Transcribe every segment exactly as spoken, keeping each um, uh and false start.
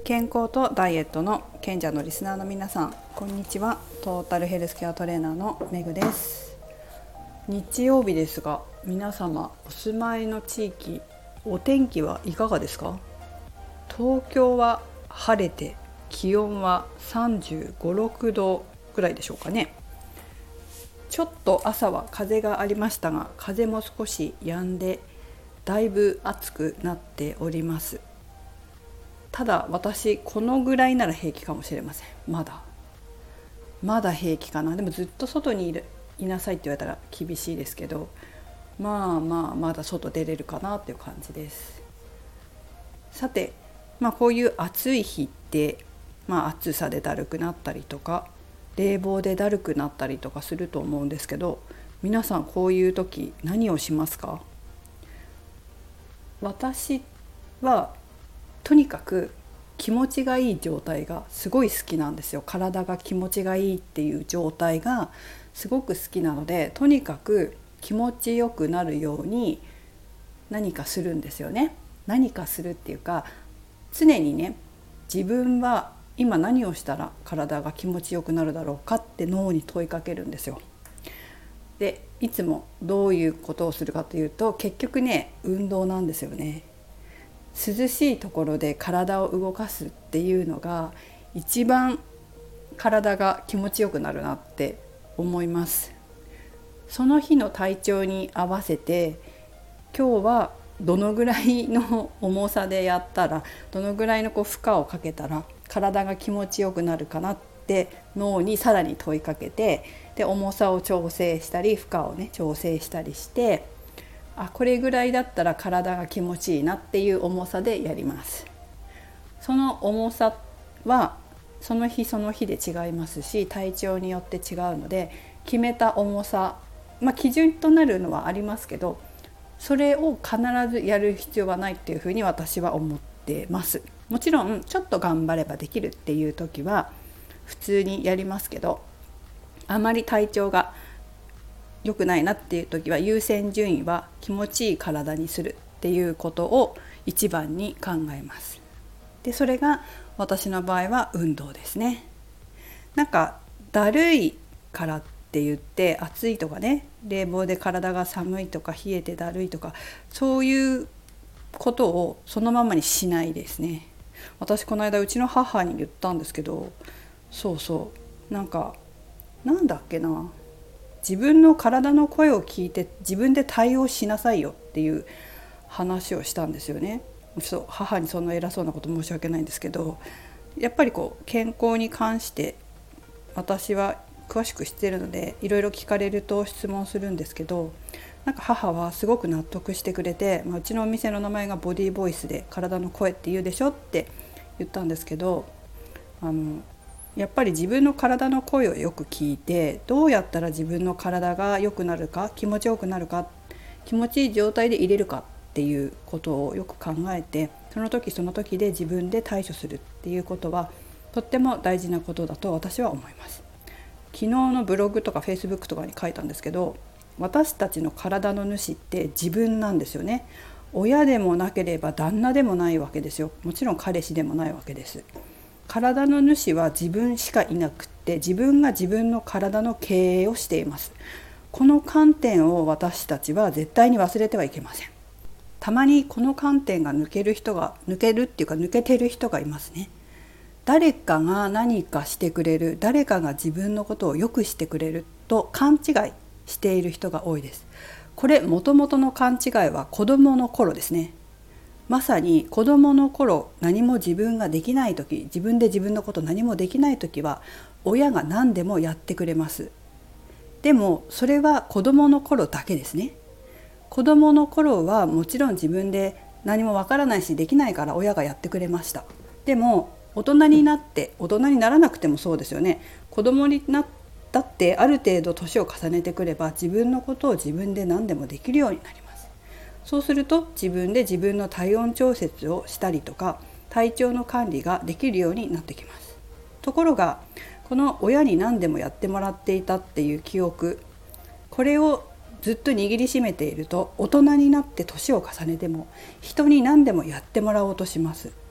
健康とダイエットの賢者のリスナーの皆さん、こんにちは。トータルヘルスケアトレーナーのめぐです。日曜日ですが、皆様お住まいの地域、お天気はいかがですか？東京は晴れて気温はさんじゅうご、ろくどぐらいでしょうかね。ちょっと朝は風がありましたが、風も少し止んでだいぶ暑くなっております。ただ私このぐらいなら平気かもしれません。まだまだ平気かな。でもずっと外にいるいなさいって言われたら厳しいですけど、まあまあまだ外出れるかなっていう感じです。さて、まあこういう暑い日って、まあ暑さでだるくなったりとか冷房でだるくなったりとかすると思うんですけど、皆さんこういう時何をしますか？私はとにかく気持ちがいい状態がすごい好きなんですよ。体が気持ちがいいっていう状態がすごく好きなので、とにかく気持ちよくなるように何かするんですよね。何かするっていうか、常にね、自分は今何をしたら体が気持ちよくなるだろうかって脳に問いかけるんですよ。で、いつもどういうことをするかというと、結局ね、運動なんですよね。涼しいところで体を動かすっていうのが一番体が気持ちよくなるなって思います。その日の体調に合わせて、今日はどのぐらいの重さでやったら、どのぐらいのこう負荷をかけたら体が気持ちよくなるかなって脳にさらに問いかけて、で重さを調整したり負荷をね調整したりして、あ、これぐらいだったら体が気持ちいいなっていう重さでやります。その重さはその日その日で違いますし、体調によって違うので、決めた重さ、まあ、基準となるのはありますけど、それを必ずやる必要はないっていうふうに私は思ってます。もちろんちょっと頑張ればできるっていう時は普通にやりますけど、あまり体調が良くないなっていう時は優先順位は気持ちいい体にするっていうことを一番に考えます。で、それが私の場合は運動ですね。なんかだるいからって言って暑いとかね、冷房で体が寒いとか冷えてだるいとか、そういうことをそのままにしないですね。私この間うちの母に言ったんですけど、そうそう、なんかなんだっけな、自分の体の声を聞いて自分で対応しなさいよっていう話をしたんですよね。ちょっと母にそんな偉そうなこと申し訳ないんですけど、やっぱりこう健康に関して私は詳しく知っているので、いろいろ聞かれると質問するんですけど、なんか母はすごく納得してくれて、まあ、うちのお店の名前がボディーボイスで体の声って言うでしょって言ったんですけど、あのやっぱり自分の体の声をよく聞いて、どうやったら自分の体が良くなるか、気持ちよくなるか、気持ちいい状態で入れるかっていうことをよく考えて、その時その時で自分で対処するっていうことはとっても大事なことだと私は思います。昨日のブログとかフェイスブックとかに書いたんですけど、私たちの体の主って自分なんですよね。親でもなければ旦那でもないわけですよ。もちろん彼氏でもないわけです。体の主は自分しかいなくって、自分が自分の体の経営をしています。この観点を私たちは絶対に忘れてはいけません。たまにこの観点が抜ける人が抜けるっていうか抜けてる人がいますね。誰かが何かしてくれる、誰かが自分のことを良くしてくれると勘違いしている人が多いです。これ元々の勘違いは子どもの頃ですね。まさに子どもの頃、何も自分ができない時、自分で自分のこと何もできない時は親が何でもやってくれます。でもそれは子どもの頃だけですね。子どもの頃はもちろん自分で何もわからないしできないから親がやってくれました。でも大人になって、大人にならなくてもそうですよね。子どもになったってある程度年を重ねてくれば自分のことを自分で何でもできるようになります。そうすると自分で自分の体温調節をしたりとか体調の管理ができるようになってきます。ところがこの親に何でもやってもらっていたっていう記憶、これをずっと握りしめていると、大人になって年を重ねても人に何でもやってもらおうとします。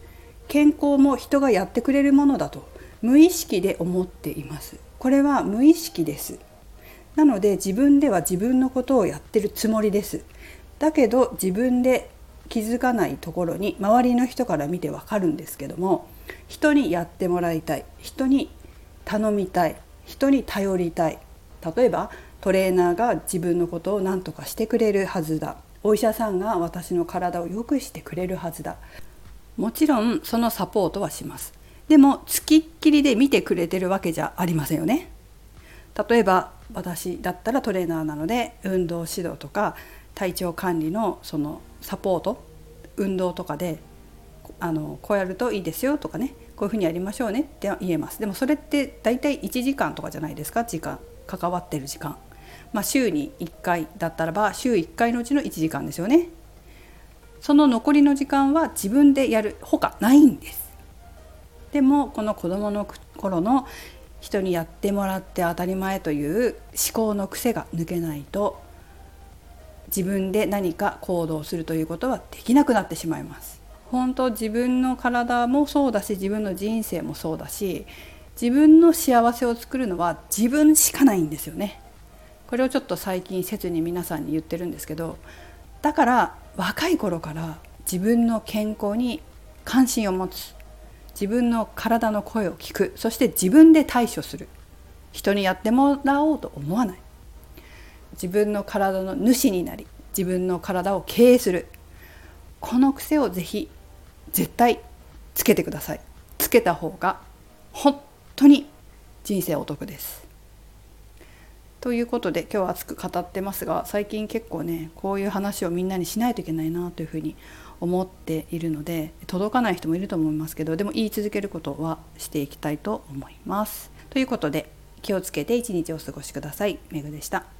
健康も人がやってくれるものだと無意識で思っています。これは無意識です。なので自分では自分のことをやってるつもりです。だけど自分で気づかないところに周りの人から見てわかるんですけども、人にやってもらいたい、人に頼みたい、人に頼りたい。例えばトレーナーが自分のことを何とかしてくれるはずだ、お医者さんが私の体を良くしてくれるはずだ。もちろんそのサポートはします。でもつきっきりで見てくれてるわけじゃありませんよね。例えば私だったらトレーナーなので、運動指導とか体調管理のそのサポート、運動とかであのこうやるといいですよとかね、こういうふうにやりましょうねって言えます。でもそれってだいたいいちじかんとかじゃないですか、時間、関わってる時間。まあ、週にいっかいだったらば週いっかいのうちのいちじかんですよね。その残りの時間は自分でやるほかないんです。でもこの子どもの頃の人にやってもらって当たり前という思考の癖が抜けないと、自分で何か行動するということはできなくなってしまいます。本当自分の体もそうだし、自分の人生もそうだし、自分の幸せを作るのは自分しかないんですよね。これをちょっと最近切に皆さんに言ってるんですけど、だから若い頃から自分の健康に関心を持つ、自分の体の声を聞く、そして自分で対処する。人にやってもらおうと思わない。自分の体の主になり、自分の体を経営する。この癖をぜひ絶対つけてください。つけた方が本当に人生お得です。ということで今日は熱く語ってますが、最近結構ねこういう話をみんなにしないといけないなというふうに思っているので、届かない人もいると思いますけど、でも言い続けることはしていきたいと思います。ということで気をつけて一日お過ごしください。めぐでした。